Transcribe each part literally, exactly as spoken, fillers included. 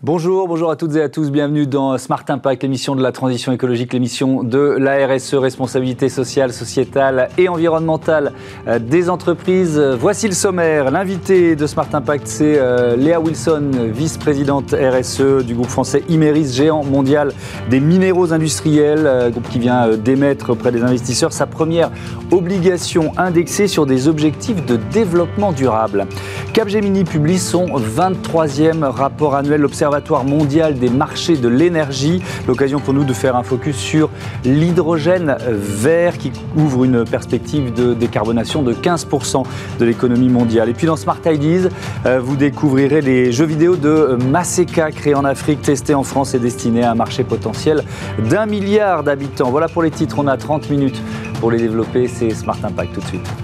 Bonjour, bonjour à toutes et à tous, bienvenue dans Smart Impact, l'émission de la transition écologique, l'émission de la R S E, responsabilité sociale, sociétale et environnementale des entreprises. Voici le sommaire. L'invité de Smart Impact, c'est Léa Wilson, vice-présidente R S E du groupe français Imerys, géant mondial des minéraux industriels, groupe qui vient d'émettre auprès des investisseurs sa première obligation indexée sur des objectifs de développement durable. Capgemini publie son vingt-troisième rapport annuel, l'Observatoire mondial des marchés de l'énergie. L'occasion pour nous de faire un focus sur l'hydrogène vert qui ouvre une perspective de décarbonation de quinze pour cent de l'économie mondiale. Et puis dans Smart Ideas, vous découvrirez les jeux vidéo de Maseka, créés en Afrique, testés en France et destinés à un marché potentiel d'un milliard d'habitants. Voilà pour les titres, on a trente minutes pour les développer. C'est Smart Impact tout de suite.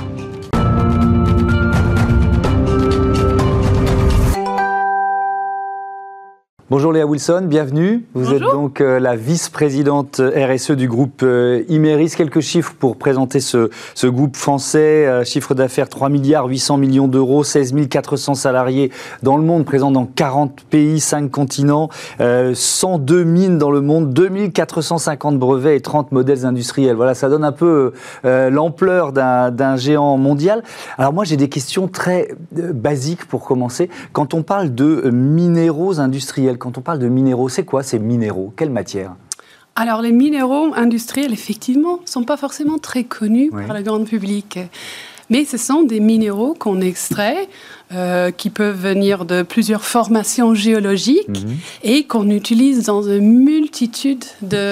Bonjour Léa Wilson, bienvenue. Vous Bonjour. êtes donc euh, la vice-présidente R S E du groupe euh, Imerys. Quelques chiffres pour présenter ce, ce groupe français. Euh, chiffre d'affaires trois milliards huit cents millions d'euros, seize mille quatre cents salariés dans le monde, présents dans quarante pays, cinq continents, euh, cent deux mines dans le monde, deux mille quatre cent cinquante brevets et trente modèles industriels. Voilà, ça donne un peu euh, l'ampleur d'un, d'un géant mondial. Alors moi, j'ai des questions très euh, basiques pour commencer. Quand on parle de euh, minéraux industriels, quand on parle de minéraux, c'est quoi ces minéraux? Quelle matière? Alors, les minéraux industriels, effectivement, ne sont pas forcément très connus oui. par le grand public. Mais ce sont des minéraux qu'on extrait, euh, qui peuvent venir de plusieurs formations géologiques mmh. et qu'on utilise dans une multitude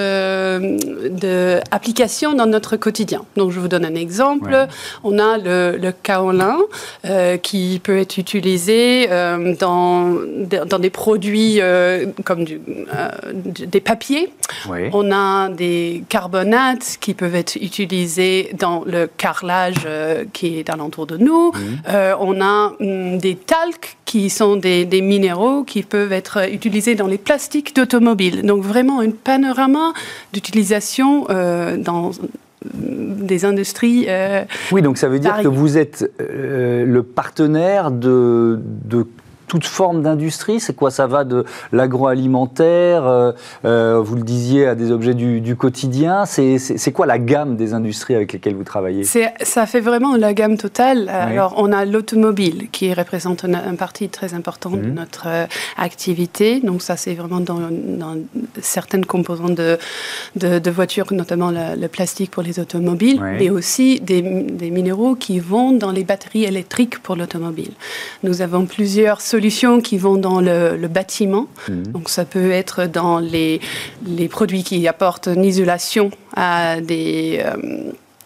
de, de applications dans notre quotidien. Donc, je vous donne un exemple. Ouais. On a le, le kaolin euh, qui peut être utilisé euh, dans, dans des produits euh, comme du, euh, des papiers. Ouais. On a des carbonates qui peuvent être utilisés dans le carrelage euh, qui est alentour de nous. Mmh. Euh, on a hum, des talcs qui sont des, des minéraux qui peuvent être utilisés dans les plastiques d'automobile. Donc vraiment un panorama d'utilisation euh, dans des industries. Euh, oui, donc ça veut dire variées. Que vous êtes euh, le partenaire de, de toute forme d'industrie. C'est quoi? Ça va de l'agroalimentaire, euh, euh, vous le disiez, à des objets du, du quotidien. C'est, c'est, c'est quoi la gamme des industries avec lesquelles vous travaillez? c'est, Ça fait vraiment la gamme totale. Oui. Alors, on a l'automobile qui représente une, une partie très importante mmh. de notre euh, activité. Donc, ça, c'est vraiment dans, dans certaines composantes de, de, de voitures, notamment le, le plastique pour les automobiles, oui. mais aussi des, des minéraux qui vont dans les batteries électriques pour l'automobile. Nous avons plusieurs solutions qui vont dans le, le bâtiment. Mmh. Donc, ça peut être dans les, les produits qui apportent une isolation à des... Euh,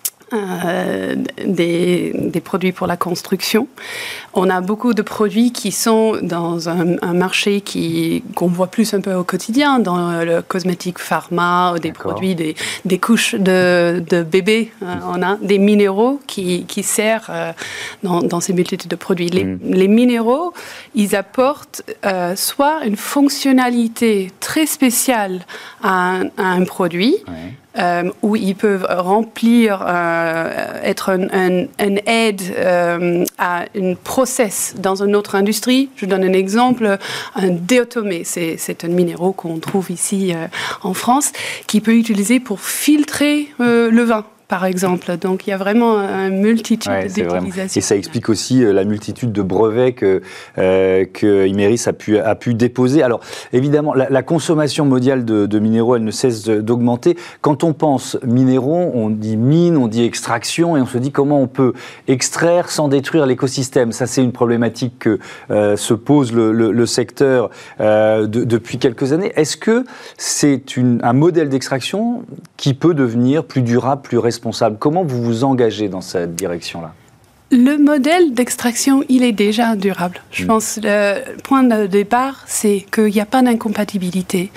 Euh, des, des produits pour la construction. On a beaucoup de produits qui sont dans un, un marché qui, qu'on voit plus un peu au quotidien, dans le cosmétique pharma, ou des D'accord. produits, des, des couches de, de bébés. Euh, on a des minéraux qui, qui servent euh, dans, dans ces multitudes de produits. Les, mm. les minéraux, ils apportent euh, soit une fonctionnalité très spéciale à un, à un produit, ouais. Euh, où ils peuvent remplir, euh, être une un, un aide euh, à une process dans une autre industrie. Je donne un exemple, un diatomée, c'est, c'est un minéraux qu'on trouve ici euh, en France, qui peut être utilisé pour filtrer euh, le vin, par exemple. Donc, il y a vraiment une multitude ouais, d'utilisations. Et ça explique aussi la multitude de brevets que, euh, que Imerys a pu, a pu déposer. Alors, évidemment, la, la consommation mondiale de, de minéraux, elle ne cesse d'augmenter. Quand on pense minéraux, on dit mine, on dit extraction, et on se dit comment on peut extraire sans détruire l'écosystème. Ça, c'est une problématique que euh, se pose le, le, le secteur euh, de, depuis quelques années. Est-ce que c'est une, un modèle d'extraction qui peut devenir plus durable, plus responsable? Comment vous vous engagez dans cette direction-là? Le modèle d'extraction, il est déjà durable. Je mmh. pense que le point de départ, c'est qu'il n'y a pas d'incompatibilité.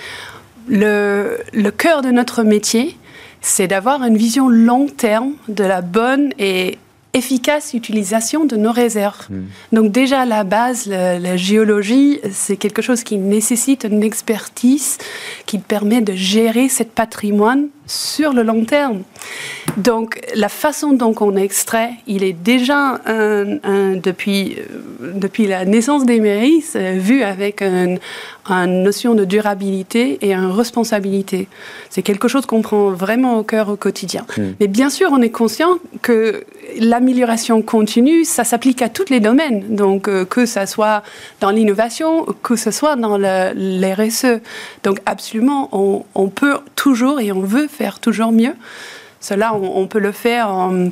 Le, le cœur de notre métier, c'est d'avoir une vision long terme de la bonne et efficace utilisation de nos réserves. Mmh. Donc déjà, à la base, la, la géologie, c'est quelque chose qui nécessite une expertise qui permet de gérer ce patrimoine sur le long terme. Donc, la façon dont on extrait, il est déjà, un, un, depuis, depuis la naissance d'Imerys, euh, vu avec un, une notion de durabilité et une responsabilité. C'est quelque chose qu'on prend vraiment au cœur au quotidien. Mmh. Mais bien sûr, on est conscient que l'amélioration continue, ça s'applique à tous les domaines. Donc, euh, que ce soit dans l'innovation, que ce soit dans l'R S E. Donc, absolument, on, on peut toujours et on veut faire toujours mieux. Cela, on, on peut le faire en,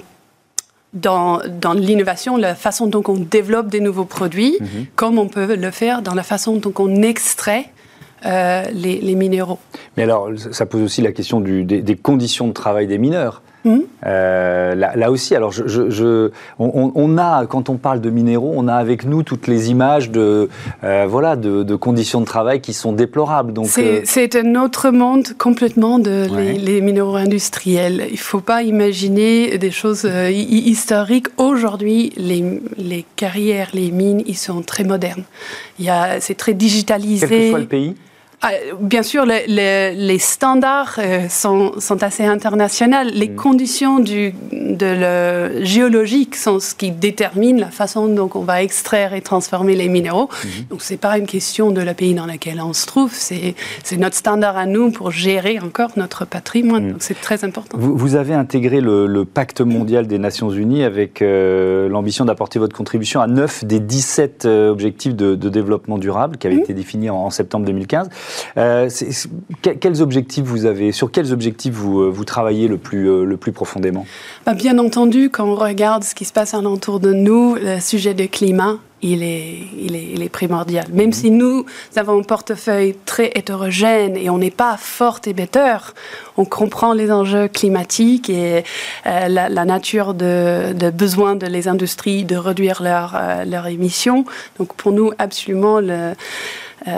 dans, dans l'innovation, la façon dont on développe des nouveaux produits, mm-hmm. comme on peut le faire dans la façon dont on extrait euh, les, les minéraux. Mais alors, ça pose aussi la question du, des, des conditions de travail des mineurs. Mmh. Euh, là, là aussi, alors je, je, je, on, on a, quand on parle de minéraux, on a avec nous toutes les images de, euh, voilà, de, de conditions de travail qui sont déplorables. Donc, c'est, euh... c'est un autre monde complètement de ouais. les, les minéraux industriels. Il ne faut pas imaginer des choses euh, historiques. Aujourd'hui, les, les carrières, les mines, ils sont très modernes. Il y a, c'est très digitalisé. Quel que soit le pays. Ah, bien sûr, le, le, les standards euh, sont, sont assez internationaux. Les mmh. conditions du, de le géologique sont ce qui détermine la façon dont on va extraire et transformer les minéraux. Mmh. Donc, ce n'est pas une question de le pays dans lequel on se trouve. C'est, c'est notre standard à nous pour gérer encore notre patrimoine. Mmh. Donc, c'est très important. Vous, vous avez intégré le, le pacte mondial des Nations Unies avec euh, l'ambition d'apporter votre contribution à neuf des dix-sept euh, objectifs de, de développement durable qui avaient mmh. été définis en, en septembre deux mille quinze. Euh, c'est, c'est, quels objectifs vous avez, sur quels objectifs vous, vous travaillez le plus, euh, le plus profondément ? Bah, bien entendu, quand on regarde ce qui se passe alentour de nous, le sujet du climat, il est, il est, il est primordial. Même mmh. si nous avons un portefeuille très hétérogène et on n'est pas fort émetteur, on comprend les enjeux climatiques et euh, la, la nature de, de besoin de les industries de réduire leurs euh, leur émissions. Donc pour nous, absolument, le... Euh,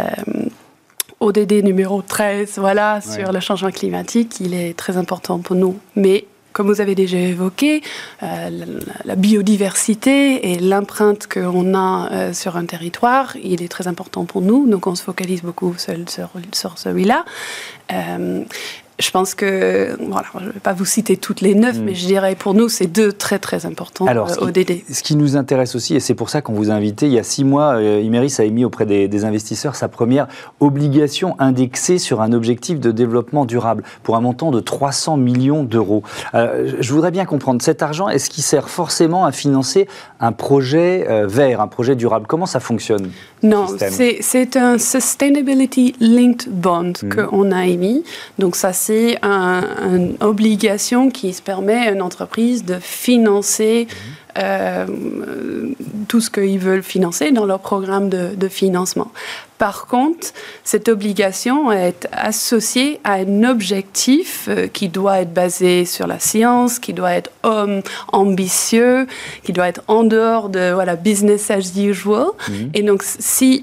O D D numéro treize, voilà, ouais. sur le changement climatique, il est très important pour nous. Mais, comme vous avez déjà évoqué, euh, la, la biodiversité et l'empreinte qu'on a euh, sur un territoire, il est très important pour nous. Donc, on se focalise beaucoup sur, sur, sur celui-là. Euh, Je pense que, voilà, je ne vais pas vous citer toutes les neuf, mmh. mais je dirais pour nous, c'est deux très très importants. Alors, euh, O D D. Ce qui nous intéresse aussi, et c'est pour ça qu'on vous a invité, il y a six mois, euh, Imerys a émis auprès des, des investisseurs sa première obligation indexée sur un objectif de développement durable pour un montant de trois cents millions d'euros. Euh, je voudrais bien comprendre, cet argent, est-ce qu'il sert forcément à financer un projet euh, vert, un projet durable ? Comment ça fonctionne ? Non, c'est, c'est un Sustainability Linked Bond mmh. qu'on a émis. Donc ça, c'est un, une obligation qui se permet à une entreprise de financer mmh. euh, tout ce qu'ils veulent financer dans leur programme de, de financement. Par contre, cette obligation est associée à un objectif euh, qui doit être basé sur la science, qui doit être um, ambitieux, qui doit être en dehors de voilà, business as usual. Mmh. Et donc, si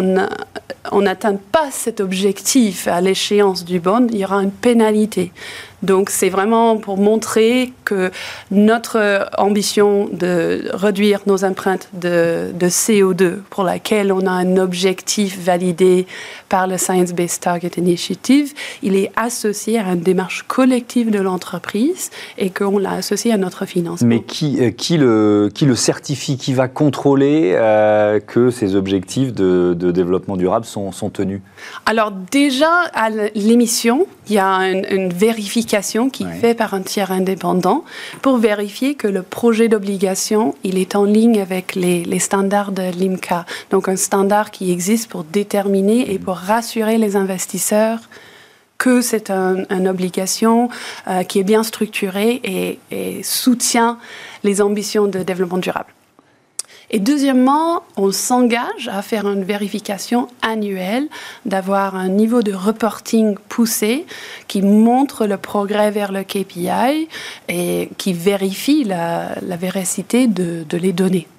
on n'atteint pas cet objectif à l'échéance du bond, il y aura une pénalité. Donc, c'est vraiment pour montrer que notre ambition de réduire nos empreintes de, de C O deux, pour laquelle on a un objectif validé par le Science Based Target Initiative, il est associé à une démarche collective de l'entreprise et qu'on l'a associé à notre financement. Mais qui, qui, le, qui le certifie, qui va contrôler euh, que ces objectifs de, de développement durable sont, sont tenus ? Alors déjà, à l'émission, il y a une, une vérification qui est ouais. faite par un tiers indépendant pour vérifier que le projet d'obligation, il est en ligne avec les, les standards de l'I M C A. Donc un standard qui existe pour déterminer et pour rassurer les investisseurs que c'est un, une obligation euh, qui est bien structurée et, et soutient les ambitions de développement durable. Et deuxièmement, on s'engage à faire une vérification annuelle, d'avoir un niveau de reporting poussé qui montre le progrès vers le K P I et qui vérifie la, la véracité de, de les données.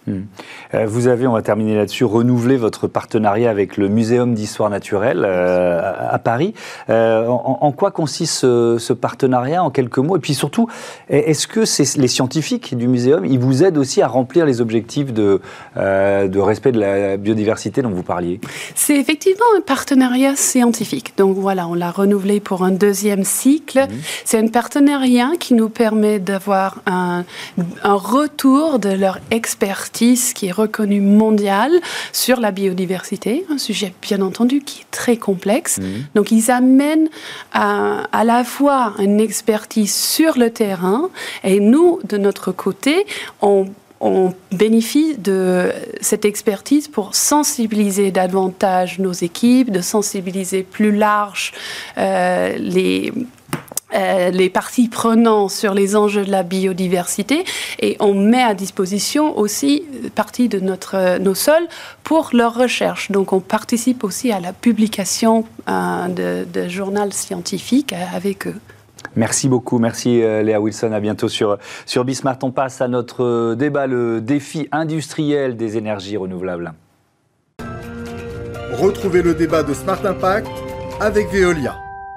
Mmh. Vous avez, on va terminer là-dessus, renouvelé votre partenariat avec le Muséum d'Histoire Naturelle euh, à Paris. Euh, en, en quoi consiste ce, ce partenariat, en quelques mots? Et puis surtout, est-ce que c'est, les scientifiques du Muséum, ils vous aident aussi à remplir les objectifs de, euh, de respect de la biodiversité dont vous parliez? C'est effectivement un partenariat scientifique. Donc voilà, on l'a renouvelé pour un deuxième cycle. Mmh. C'est un partenariat qui nous permet d'avoir un, un retour de leur expertise qui est reconnue mondiale sur la biodiversité, un sujet bien entendu qui est très complexe. Mmh. Donc ils amènent à, à la fois une expertise sur le terrain et nous, de notre côté, on On bénéficie de cette expertise pour sensibiliser davantage nos équipes, de sensibiliser plus large euh, les, euh, les parties prenantes sur les enjeux de la biodiversité. Et on met à disposition aussi partie de notre, nos sols pour leur recherche. Donc on participe aussi à la publication euh, de, de journaux scientifiques avec eux. Merci beaucoup, merci Léa Wilson, à bientôt sur, sur Bismart. On passe à notre débat, le défi industriel des énergies renouvelables. Retrouvez le débat de Smart Impact avec Veolia.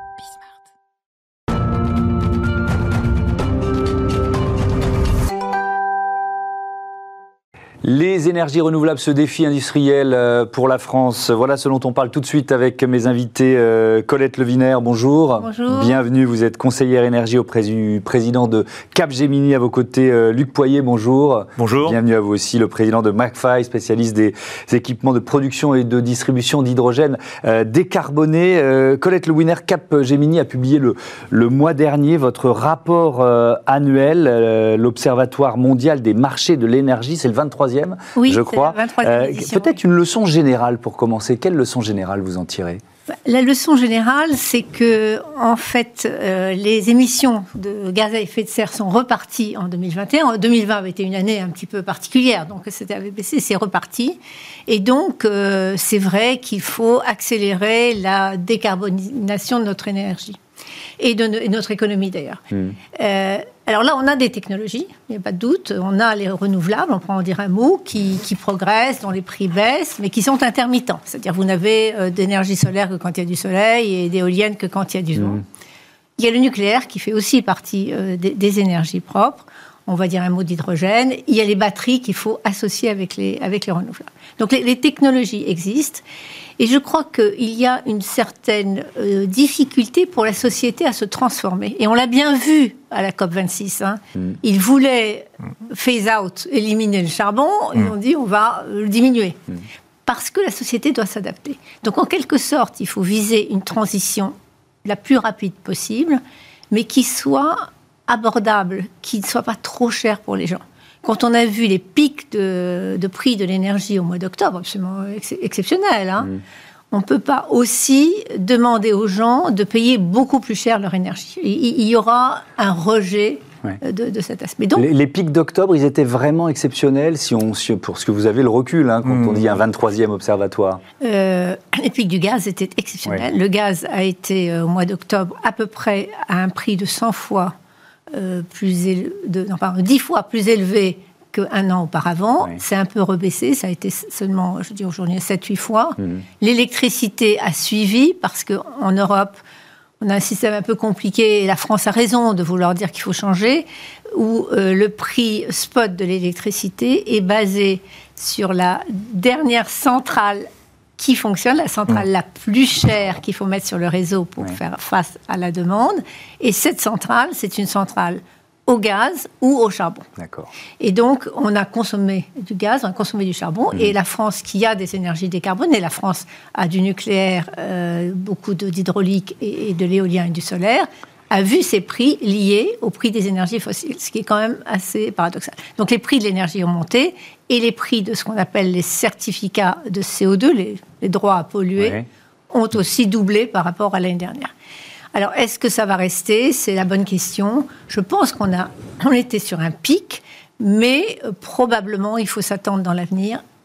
Les énergies renouvelables, ce défi industriel pour la France, voilà ce dont on parle tout de suite avec mes invités. Colette Leviner, bonjour. Bonjour. Bienvenue, vous êtes conseillère énergie auprès du président de Capgemini. À vos côtés, Luc Poyer, bonjour. Bonjour. Bienvenue à vous aussi, le président de McPhy, spécialiste des équipements de production et de distribution d'hydrogène euh, décarboné. Euh, Colette Leviner, Capgemini a publié le, le mois dernier votre rapport euh, annuel, euh, l'Observatoire mondial des marchés de l'énergie, c'est le vingt-troisième. Oui, je crois. c'est la vingt-troisième euh, édition. Peut-être une leçon générale pour commencer. Quelle leçon générale vous en tirez? La leçon générale, c'est que, en fait, euh, les émissions de gaz à effet de serre sont reparties en deux mille vingt et un. deux mille vingt avait été une année un petit peu particulière, donc c'était avait baissé, c'est reparti. Et donc, euh, c'est vrai qu'il faut accélérer la décarbonisation de notre énergie et de no- et notre économie d'ailleurs. Mmh. Euh, alors là, on a des technologies, il n'y a pas de doute. On a les renouvelables, on peut en dire un mot, qui, qui progressent, dont les prix baissent, mais qui sont intermittents. C'est-à-dire, vous n'avez euh, d'énergie solaire que quand il y a du soleil et d'éolienne que quand il y a du vent. Mmh. Il y a le nucléaire qui fait aussi partie euh, des, des énergies propres. On va dire un mot d'hydrogène. Il y a les batteries qu'il faut associer avec les, avec les renouvelables. Donc les, les technologies existent. Et je crois qu'il y a une certaine euh, difficulté pour la société à se transformer. Et on l'a bien vu à la COP vingt-six. Hein. Mmh. Ils voulaient phase out, éliminer le charbon. Mmh. Ils ont dit on va le diminuer. Mmh. Parce que la société doit s'adapter. Donc en quelque sorte, il faut viser une transition la plus rapide possible, mais qui soit abordable, qui ne soit pas trop cher pour les gens. Quand on a vu les pics de, de prix de l'énergie au mois d'octobre, absolument ex- exceptionnels, hein, mmh. on ne peut pas aussi demander aux gens de payer beaucoup plus cher leur énergie. Il, il y aura un rejet ouais. de, de cet aspect. Donc, les, les pics d'octobre, ils étaient vraiment exceptionnels, si on, si, pour ce que vous avez le recul, hein, quand mmh. on dit un vingt-troisième observatoire. Euh, les pics du gaz étaient exceptionnels. Ouais. Le gaz a été, euh, au mois d'octobre, à peu près à un prix de cent fois Euh, plus éle... de, non, pardon, dix fois plus élevé qu'un an auparavant. Oui. C'est un peu rebaissé, ça a été seulement, je dis aujourd'hui, sept huit fois. Mmh. L'électricité a suivi, parce qu'en Europe, on a un système un peu compliqué, et la France a raison de vouloir dire qu'il faut changer, où euh, le prix spot de l'électricité est basé sur la dernière centrale qui fonctionne, la centrale mmh. la plus chère qu'il faut mettre sur le réseau pour oui. faire face à la demande. Et cette centrale, c'est une centrale au gaz ou au charbon. D'accord. Et donc, on a consommé du gaz, on a consommé du charbon. Mmh. Et la France, qui a des énergies décarbonées, la France a du nucléaire, euh, beaucoup de, d'hydraulique et, et de l'éolien et du solaire, a vu ses prix liés au prix des énergies fossiles, ce qui est quand même assez paradoxal. Donc les prix de l'énergie ont monté, et les prix de ce qu'on appelle les certificats de C O deux, les, les droits à polluer, ouais. ont aussi doublé par rapport à l'année dernière. Alors, est-ce que ça va rester? C'est la bonne question. Je pense qu'on a, on était sur un pic, mais euh, probablement, il faut s'attendre dans l'avenir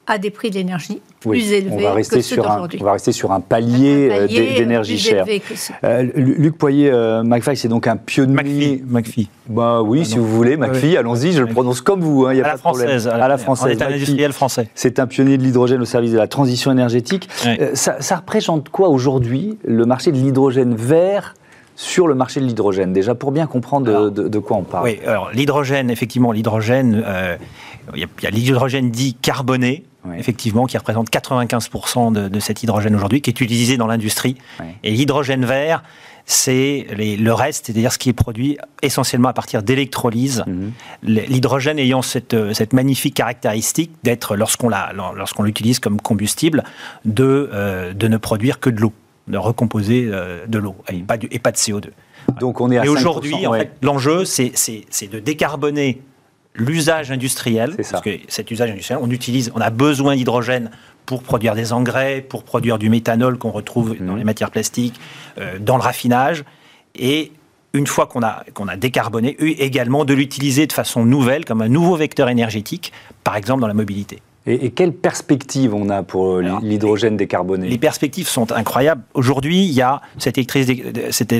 à des prix de l'énergie plus oui, élevés on va rester que ceux sur d'aujourd'hui. Un, on va rester sur un palier, un palier d'énergie plus chère. élevé que ceux. Euh, Luc Poirier, euh, McPhy, c'est donc un pionnier. McPhy. Bah oui, ah, si vous voulez, McPhy, oui. allons-y, je le prononce comme vous, il hein, n'y a à pas la de problème. Française, à la française. On est un industriel français. C'est un pionnier de l'hydrogène au service de la transition énergétique. Oui. Euh, ça, ça représente quoi aujourd'hui, le marché de l'hydrogène vert sur le marché de l'hydrogène, déjà pour bien comprendre alors, de, de, de quoi on parle. Oui, alors l'hydrogène, effectivement, l'hydrogène, euh, il y a l'hydrogène dit carboné, oui. effectivement, qui représente quatre-vingt-quinze pour cent de, de cet hydrogène aujourd'hui, qui est utilisé dans l'industrie. Oui. Et l'hydrogène vert, c'est les, le reste, c'est-à-dire ce qui est produit essentiellement à partir d'électrolyse. Mm-hmm. L'hydrogène ayant cette, cette magnifique caractéristique d'être, lorsqu'on, la, lorsqu'on l'utilise comme combustible, de, euh, de ne produire que de l'eau, de recomposer euh, de l'eau et pas, du, et pas de C O deux. Donc on est à et aujourd'hui, ouais. en fait, l'enjeu, c'est, c'est, c'est de décarboner l'usage industriel, c'est ça. Parce que cet usage industriel, on utilise, on a besoin d'hydrogène pour produire des engrais, pour produire du méthanol qu'on retrouve mmh. dans les matières plastiques, euh, dans le raffinage, et une fois qu'on a, qu'on a décarboné, également de l'utiliser de façon nouvelle, comme un nouveau vecteur énergétique, par exemple dans la mobilité. Et, et quelles perspectives on a pour Alors, l'hydrogène les, décarboné ? Les perspectives sont incroyables. Aujourd'hui, il y a cet, cet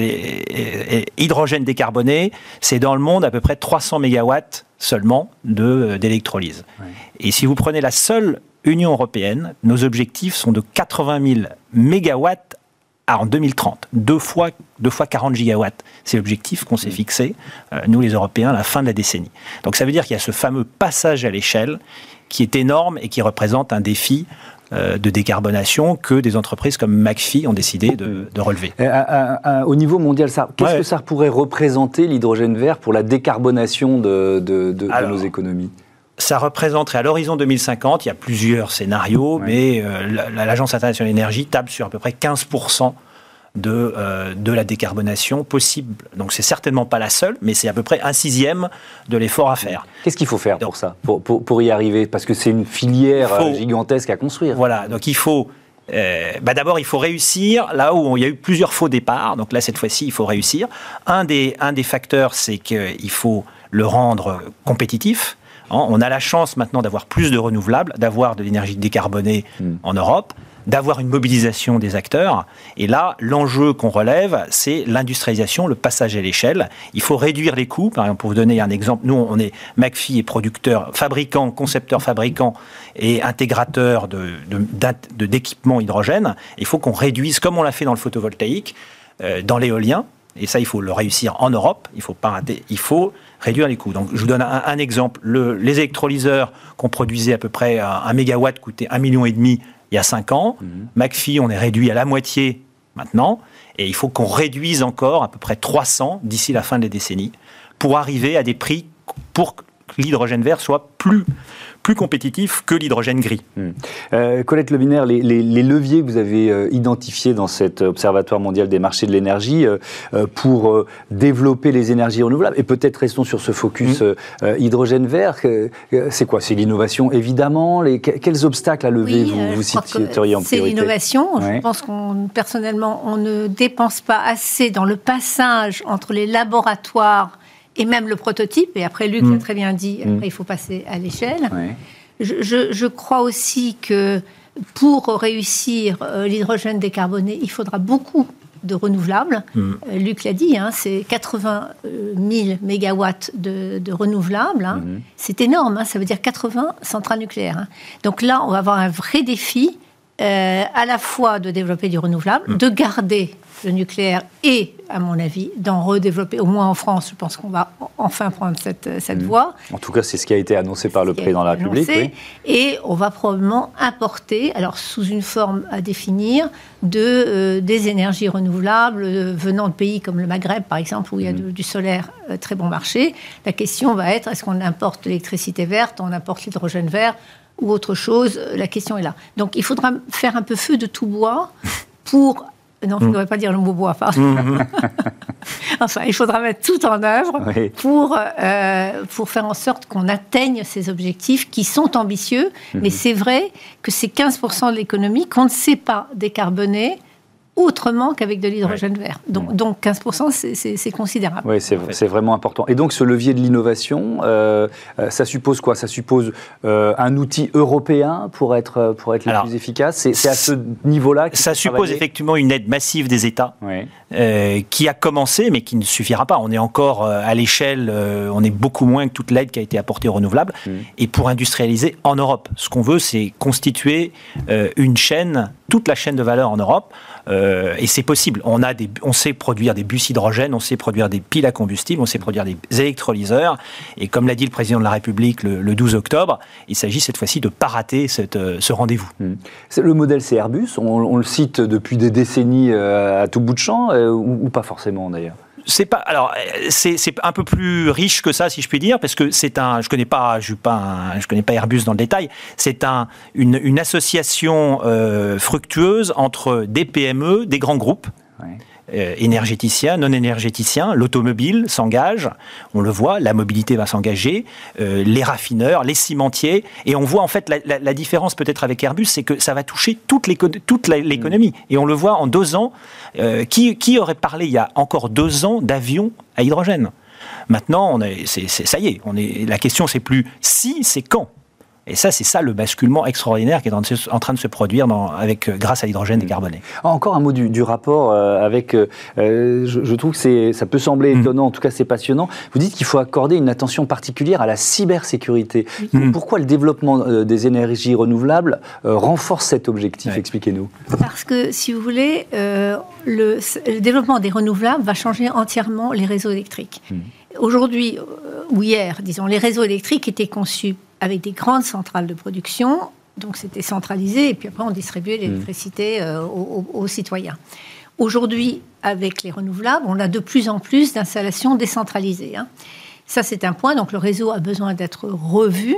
hydrogène décarboné, c'est dans le monde à peu près trois cents mégawatts seulement de, d'électrolyse. Ouais. Et si vous prenez la seule Union européenne, nos objectifs sont de quatre-vingt mille mégawatts en deux mille trente, deux fois, deux fois quarante gigawatts. C'est l'objectif qu'on s'est fixé, euh, nous les Européens, à la fin de la décennie. Donc ça veut dire qu'il y a ce fameux passage à l'échelle qui est énorme et qui représente un défi euh, de décarbonation que des entreprises comme McPhy ont décidé de, de relever. À, à, à, au niveau mondial, ça, qu'est-ce ouais. que ça pourrait représenter l'hydrogène vert pour la décarbonation de, de, de, Alors, de nos économies ? Ça représenterait à l'horizon deux mille cinquante, il y a plusieurs scénarios, ouais. mais euh, l'Agence internationale de l'énergie table sur à peu près quinze pour cent de, euh, de la décarbonation possible. Donc c'est certainement pas la seule, mais c'est à peu près un sixième de l'effort à faire. Qu'est-ce qu'il faut faire donc, pour ça, pour, pour, pour y arriver ? Parce que c'est une filière faut, gigantesque à construire. Voilà, donc il faut... Euh, bah d'abord, il faut réussir là où il y a eu plusieurs faux départs. Donc là, cette fois-ci, il faut réussir. Un des, un des facteurs, c'est qu'il faut le rendre compétitif. On a la chance maintenant d'avoir plus de renouvelables, d'avoir de l'énergie décarbonée mmh. en Europe, d'avoir une mobilisation des acteurs. Et là, l'enjeu qu'on relève, c'est l'industrialisation, le passage à l'échelle. Il faut réduire les coûts. Par exemple, pour vous donner un exemple, nous, on est McPhy est producteur, fabricant, concepteur, fabricant et intégrateur de, de, de, d'équipements hydrogène. Il faut qu'on réduise, comme on l'a fait dans le photovoltaïque, euh, dans l'éolien. Et ça, il faut le réussir en Europe. Il faut pas rater. Il faut réduire les coûts. Donc, je vous donne un, un exemple. Le, les électrolyseurs qu'on produisait à peu près un, un mégawatt coûtaient un million et demi il y a cinq ans. Mmh. McPhy, on est réduit à la moitié maintenant. Et il faut qu'on réduise encore à peu près trois cents d'ici la fin de la décennie pour arriver à des prix pour que l'hydrogène vert soit plus plus compétitif que l'hydrogène gris. Mmh. Euh, Colette Leviner, les, les, les leviers que vous avez euh, identifiés dans cet Observatoire mondial des marchés de l'énergie euh, euh, pour euh, développer les énergies renouvelables, et peut-être restons sur ce focus mmh. euh, hydrogène vert, euh, c'est quoi ? C'est l'innovation, évidemment. Les, quels obstacles à lever oui, vous, euh, vous citeriez en priorité ? C'est l'innovation. Ouais. Je pense qu'on, personnellement, on ne dépense pas assez dans le passage entre les laboratoires et même le prototype, et après Luc mmh. l'a très bien dit, après mmh. il faut passer à l'échelle. Ouais. Je, je, je crois aussi que pour réussir euh, l'hydrogène décarboné, il faudra beaucoup de renouvelables. Mmh. Euh, Luc l'a dit, hein, c'est quatre-vingt mille mégawatts de, de renouvelables. Hein. Mmh. C'est énorme, hein, ça veut dire quatre-vingts centrales nucléaires. Hein. Donc là, on va avoir un vrai défi, euh, à la fois de développer du renouvelable, mmh. de garder le nucléaire et, à mon avis, d'en redévelopper, au moins en France. Je pense qu'on va enfin prendre cette, cette mmh. voie. En tout cas, c'est ce qui a été annoncé par le président de la République. Oui. Et on va probablement importer, alors sous une forme à définir, de, euh, des énergies renouvelables euh, venant de pays comme le Maghreb, par exemple, où il y a de, du solaire euh, très bon marché. La question va être, est-ce qu'on importe l'électricité verte, on importe l'hydrogène vert ou autre chose ? La question est là. Donc, il faudra faire un peu feu de tout bois pour... Non, je ne devrais pas dire le mot bois, pardon. Mmh. Enfin, il faudra mettre tout en œuvre oui. pour, euh, pour faire en sorte qu'on atteigne ces objectifs qui sont ambitieux. Mmh. Mais c'est vrai que c'est quinze pour cent de l'économie qu'on ne sait pas décarboner autrement qu'avec de l'hydrogène ouais. vert. Donc, donc quinze pour cent, c'est, c'est, c'est considérable. Oui, c'est, c'est vraiment important. Et donc ce levier de l'innovation, euh, ça suppose quoi ? Ça suppose euh, un outil européen pour être, pour être Alors, le plus efficace. C'est, c'est à ce niveau-là qu'il Ça suppose travailler. Effectivement une aide massive des États oui. euh, qui a commencé, mais qui ne suffira pas. On est encore euh, à l'échelle, euh, on est beaucoup moins que toute l'aide qui a été apportée aux renouvelables. Mmh. Et pour industrialiser en Europe, ce qu'on veut, c'est constituer euh, une chaîne, toute la chaîne de valeur en Europe. Euh, et c'est possible. On, a des, on sait produire des bus hydrogène, on sait produire des piles à combustible, on sait produire des électrolyseurs. Et comme l'a dit le président de la République le, le douze octobre, il s'agit cette fois-ci de ne pas rater cette, ce rendez-vous. Mmh. Le modèle, c'est Airbus. On, on le cite depuis des décennies euh, à tout bout de champ, euh, ou, ou pas forcément d'ailleurs. C'est pas, alors, c'est, c'est un peu plus riche que ça, si je puis dire, parce que c'est un, je connais pas, je suis pas un, je connais pas Airbus dans le détail. C'est un, une, une association euh, fructueuse entre des P M E, des grands groupes. Ouais. Euh, énergéticiens, non énergéticiens, l'automobile s'engage, on le voit, la mobilité va s'engager, euh, les raffineurs, les cimentiers, et on voit en fait la, la, la différence peut-être avec Airbus, c'est que ça va toucher toute, l'éco- toute la, l'économie, mmh. et on le voit en deux ans, euh, qui, qui aurait parlé il y a encore deux ans d'avions à hydrogène ? Maintenant, on est, c'est, c'est, ça y est, on est, la question c'est plus si, c'est quand. Et ça, c'est ça le basculement extraordinaire qui est en train de se produire dans, avec, grâce à l'hydrogène décarboné. Encore un mot du, du rapport euh, avec... Euh, je, je trouve que c'est, ça peut sembler étonnant, mmh. en tout cas c'est passionnant. Vous dites qu'il faut accorder une attention particulière à la cybersécurité. Mmh. Pourquoi le développement euh, des énergies renouvelables euh, renforce cet objectif ? Ouais. Expliquez-nous. Parce que, si vous voulez, euh, le, le développement des renouvelables va changer entièrement les réseaux électriques. Mmh. Aujourd'hui, euh, ou hier, disons, les réseaux électriques étaient conçus avec des grandes centrales de production, donc c'était centralisé, et puis après on distribuait l'électricité euh, aux, aux, aux citoyens. Aujourd'hui, avec les renouvelables, on a de plus en plus d'installations décentralisées. Hein. Ça, c'est un point, donc le réseau a besoin d'être revu.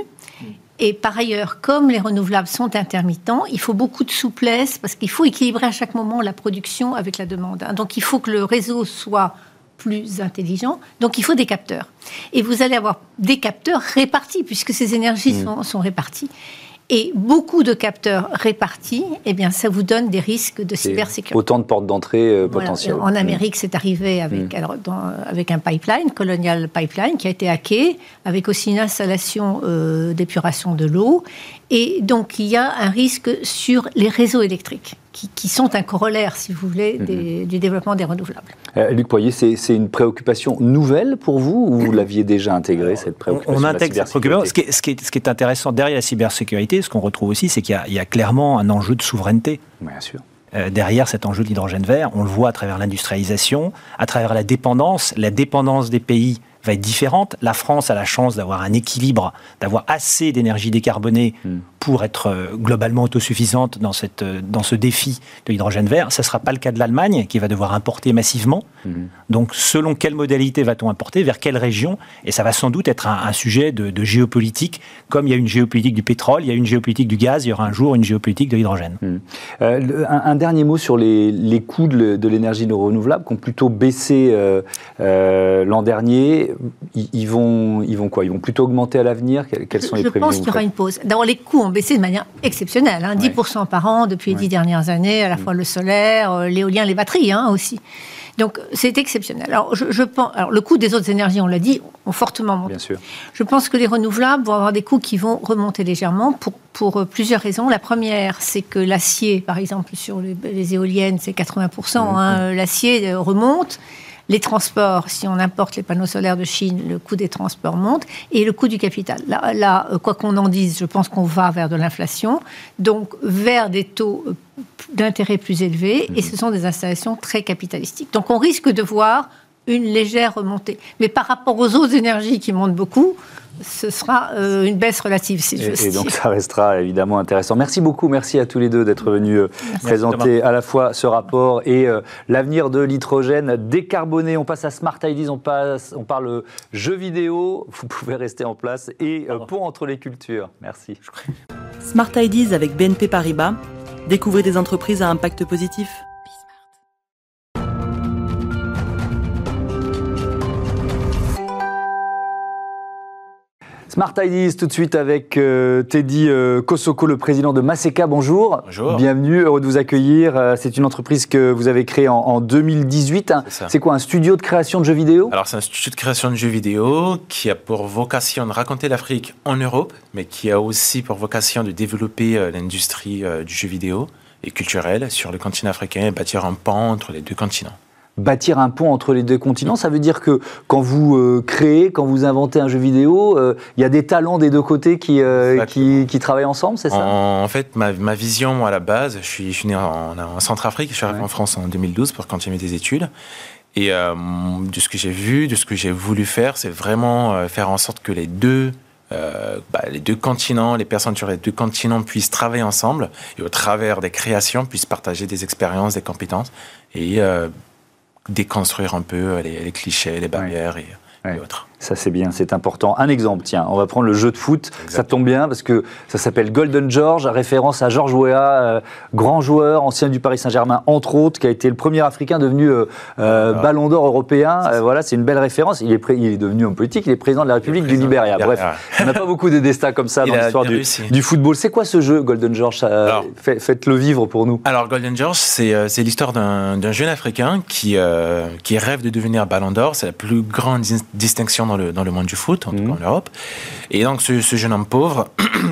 Et par ailleurs, comme les renouvelables sont intermittents, il faut beaucoup de souplesse, parce qu'il faut équilibrer à chaque moment la production avec la demande. Hein. Donc il faut que le réseau soit plus intelligent, donc il faut des capteurs. Et vous allez avoir des capteurs répartis, puisque ces énergies mmh. sont, sont réparties. Et beaucoup de capteurs répartis, eh bien, ça vous donne des risques de cybersécurité. Autant de portes d'entrée euh, voilà. potentielles. En Amérique, mmh. c'est arrivé avec, mmh. alors, dans, avec un pipeline, Colonial Pipeline, qui a été hacké, avec aussi une installation euh, d'épuration de l'eau. Et donc, il y a un risque sur les réseaux électriques, qui, qui sont un corollaire, si vous voulez, des, mmh. du développement des renouvelables. Euh, Luc Poirier, c'est, c'est une préoccupation nouvelle pour vous, ou vous l'aviez déjà intégrée, cette préoccupation ? On, on intègre cette préoccupation. Ce qui, est, ce, qui est, ce qui est intéressant derrière la cybersécurité, ce qu'on retrouve aussi, c'est qu'il y a, il y a clairement un enjeu de souveraineté. Bien sûr. Euh, derrière cet enjeu de l'hydrogène vert, on le voit à travers l'industrialisation, à travers la dépendance, la dépendance des pays va être différente. La France a la chance d'avoir un équilibre, d'avoir assez d'énergie décarbonée mmh. pour être euh, globalement autosuffisante dans, cette, euh, dans ce défi de l'hydrogène vert. Ce ne sera pas le cas de l'Allemagne, qui va devoir importer massivement. Mmh. Donc, selon quelle modalité va-t-on importer, vers quelle région ? Et ça va sans doute être un, un sujet de, de géopolitique. Comme il y a une géopolitique du pétrole, il y a une géopolitique du gaz, il y aura un jour une géopolitique de l'hydrogène. Mmh. Euh, le, un, un dernier mot sur les, les coûts de, de l'énergie non renouvelable, qui ont plutôt baissé euh, euh, l'an dernier. Ils, ils, vont, ils vont quoi ? Ils vont plutôt augmenter à l'avenir ? Quelles sont les Je prévisions ? pense qu'il y aura une pause. D'abord, les coûts ont baissé de manière exceptionnelle. Hein, dix pour cent ouais. par an depuis les ouais. dix dernières années, à la mmh. fois le solaire, l'éolien, les batteries hein, aussi. Donc, c'est exceptionnel. Alors, je, je pense, alors, le coût des autres énergies, on l'a dit, ont fortement monté. Bien sûr. Je pense que les renouvelables vont avoir des coûts qui vont remonter légèrement pour, pour plusieurs raisons. La première, c'est que l'acier, par exemple, sur les, les éoliennes, c'est quatre-vingts pour cent. Mmh. Hein, l'acier remonte. Les transports, si on importe les panneaux solaires de Chine, le coût des transports monte, et le coût du capital. Là, là, quoi qu'on en dise, je pense qu'on va vers de l'inflation, donc vers des taux d'intérêt plus élevés, mmh. et ce sont des installations très capitalistiques. Donc on risque de voir une légère remontée. Mais par rapport aux autres énergies qui montent beaucoup, ce sera euh, une baisse relative, si je veux dire. Et donc ça restera évidemment intéressant. Merci beaucoup, merci à tous les deux d'être venus euh, présenter à la fois ce rapport et euh, l'avenir de l'hydrogène décarboné. On passe à Smart Ideas, on, passe, on parle jeux vidéo, vous pouvez rester en place, et euh, pont entre les cultures. Merci. Smart Ideas avec B N P Paribas, découvrez des entreprises à impact positif. Smart Ideas, tout de suite avec euh, Teddy euh, Kosoko, le président de Maseka. Bonjour. Bonjour. Bienvenue, heureux de vous accueillir. Euh, c'est une entreprise que vous avez créée en, en deux mille dix-huit. C'est, c'est quoi, un studio de création de jeux vidéo? Alors, c'est un studio de création de jeux vidéo qui a pour vocation de raconter l'Afrique en Europe, mais qui a aussi pour vocation de développer euh, l'industrie euh, du jeu vidéo et culturel sur le continent africain et bâtir un pont entre les deux continents. Bâtir un pont entre les deux continents, ça veut dire que quand vous euh, créez, quand vous inventez un jeu vidéo, il euh, y a des talents des deux côtés qui, euh, qui, qui travaillent ensemble, c'est ça? En, en fait, ma, ma vision, moi, à la base, je suis, je suis né en, en Centrafrique, je suis arrivé ouais. en France en deux mille douze pour continuer des études. Et euh, de ce que j'ai vu, de ce que j'ai voulu faire, c'est vraiment euh, faire en sorte que les deux, euh, bah, les deux continents, les personnes sur les deux continents puissent travailler ensemble et au travers des créations, puissent partager des expériences, des compétences et euh, déconstruire un peu les, les clichés, les barrières ouais. et, ouais. et autres. Ça, c'est bien, c'est important. Un exemple, tiens, on va prendre le jeu de foot. Exactement. Ça tombe bien parce que ça s'appelle Golden George, référence à Georges Weah, euh, grand joueur, ancien du Paris Saint-Germain, entre autres, qui a été le premier Africain devenu euh, euh, ah. Ballon d'Or européen. Euh, voilà, c'est une belle référence. Il est, pré- il est devenu homme politique, il est président de la République du Libéria. Bref, on n'a pas beaucoup de destins comme ça dans l'histoire du, du football. C'est quoi ce jeu, Golden George? Alors, fait, Faites-le vivre pour nous. Alors, Golden George, c'est, euh, c'est l'histoire d'un, d'un jeune Africain qui, euh, qui rêve de devenir Ballon d'Or. C'est la plus grande dis- distinction dans le, dans le monde du foot. En tout cas en Europe. Et donc, ce, ce jeune homme pauvre,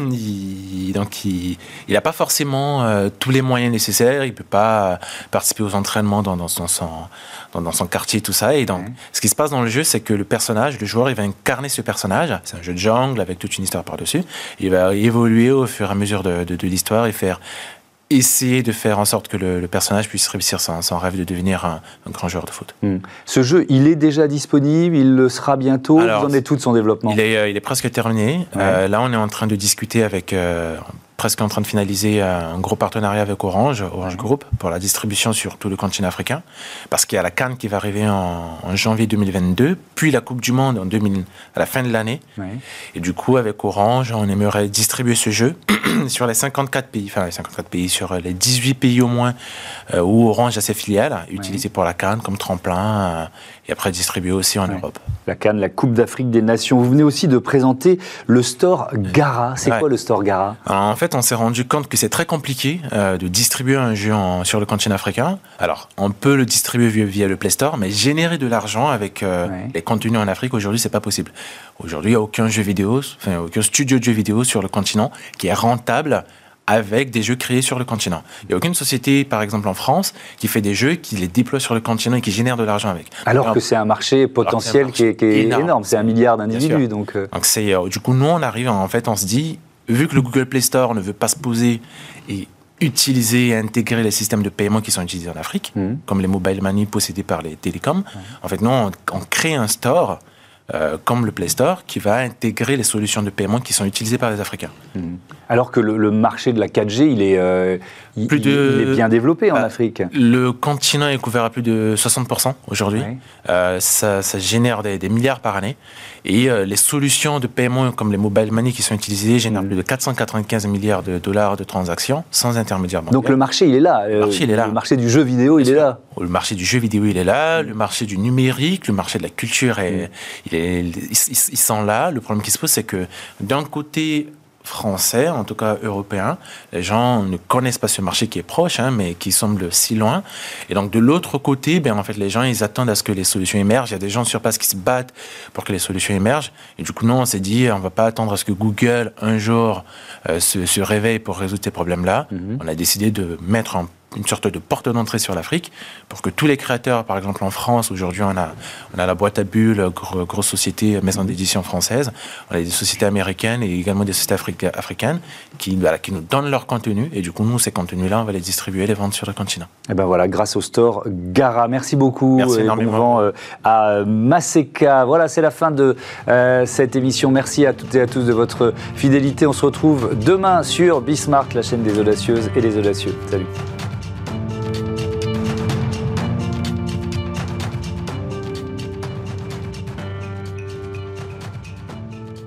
il donc il n'a pas forcément euh, tous les moyens nécessaires. Il ne peut pas euh, participer aux entraînements dans, dans, son, dans, dans son quartier, tout ça. Et donc, mmh. ce qui se passe dans le jeu, c'est que le personnage, le joueur, il va incarner ce personnage. C'est un jeu de jungle avec toute une histoire par-dessus. Il va évoluer au fur et à mesure de, de, de l'histoire et faire... essayer de faire en sorte que le, le personnage puisse réussir son, son rêve de devenir un, un grand joueur de foot. Mmh. Ce jeu, il est déjà disponible, il le sera bientôt. Alors, vous en êtes tout de son développement? Il est, euh, il est presque terminé. Ouais. Euh, là, on est en train de discuter avec... Euh, presque en train de finaliser un gros partenariat avec Orange, Orange Group, pour la distribution sur tout le continent africain, parce qu'il y a la CAN qui va arriver en, en janvier deux mille vingt-deux, puis la Coupe du Monde en deux mille, à la fin de l'année. Ouais. Et du coup, avec Orange, on aimerait distribuer ce jeu sur les cinquante-quatre pays, enfin les cinquante-quatre pays, sur les dix-huit pays au moins euh, où Orange a ses filiales, utilisées ouais. pour la CAN comme tremplin, euh, et après distribuer aussi en ouais. Europe. La CAN, la Coupe d'Afrique des Nations. Vous venez aussi de présenter le store Gara. C'est ouais. quoi le store Gara? Alors, en fait, on s'est rendu compte que c'est très compliqué euh, de distribuer un jeu en, sur le continent africain. Alors, on peut le distribuer via, via le Play Store, mais générer de l'argent avec euh, ouais. les contenus en Afrique, aujourd'hui, c'est pas possible. Aujourd'hui, il n'y a aucun jeu vidéo, enfin, aucun studio de jeux vidéo sur le continent qui est rentable avec des jeux créés sur le continent. Il n'y a aucune société, par exemple en France, qui fait des jeux, qui les déploie sur le continent et qui génère de l'argent avec. Alors, Alors que c'est un marché potentiel un marché qui est, qui est énorme. énorme. C'est un milliard d'individus. Donc, euh... donc c'est, euh, du coup, nous, on arrive, en fait, on se dit, vu que le Google Play Store ne veut pas se poser et utiliser et intégrer les systèmes de paiement qui sont utilisés en Afrique, mmh. comme les mobile money possédés par les télécoms, mmh. en fait, nous, on, on crée un store Euh, comme le Play Store, qui va intégrer les solutions de paiement qui sont utilisées par les Africains. Mmh. Alors que le, le marché de la quatre G, il est, euh, il, plus de, il est bien développé en bah, Afrique. Le continent est couvert à plus de soixante pour cent aujourd'hui. Ouais. Euh, ça, ça génère des, des milliards par année. Et euh, les solutions de paiement, comme les mobile money qui sont utilisées, génèrent mmh. plus de quatre cent quatre-vingt-quinze milliards de dollars de transactions sans intermédiaire bancaire. Donc le marché, il est là. Le marché, il est là. Le marché du jeu vidéo, il est là. Le marché du jeu vidéo, il est là. Le marché du numérique, le marché de la culture, est, mmh. il est Ils, ils sont là. Le problème qui se pose, c'est que d'un côté français, en tout cas européen, les gens ne connaissent pas ce marché qui est proche, hein, mais qui semble si loin. Et donc de l'autre côté, ben, en fait, les gens, ils attendent à ce que les solutions émergent. Il y a des gens sur place qui se battent pour que les solutions émergent. Et du coup, non, on s'est dit, on ne va pas attendre à ce que Google, un jour, euh, se, se réveille pour résoudre ces problèmes-là. Mm-hmm. On a décidé de mettre en une sorte de porte d'entrée sur l'Afrique pour que tous les créateurs, par exemple en France, aujourd'hui on a, on a la boîte à bulles, gros, grosse société, maison d'édition française, on a des sociétés américaines et également des sociétés africa- africaines qui, voilà, qui nous donnent leur contenu et du coup nous ces contenus-là on va les distribuer, les vendre sur le continent. Et ben voilà, grâce au store Gara. Merci beaucoup. Merci énormément. Bon vent euh, à Maseka. Voilà, c'est la fin de euh, cette émission. Merci à toutes et à tous de votre fidélité. On se retrouve demain sur Bismart, la chaîne des audacieuses et des audacieux. Salut.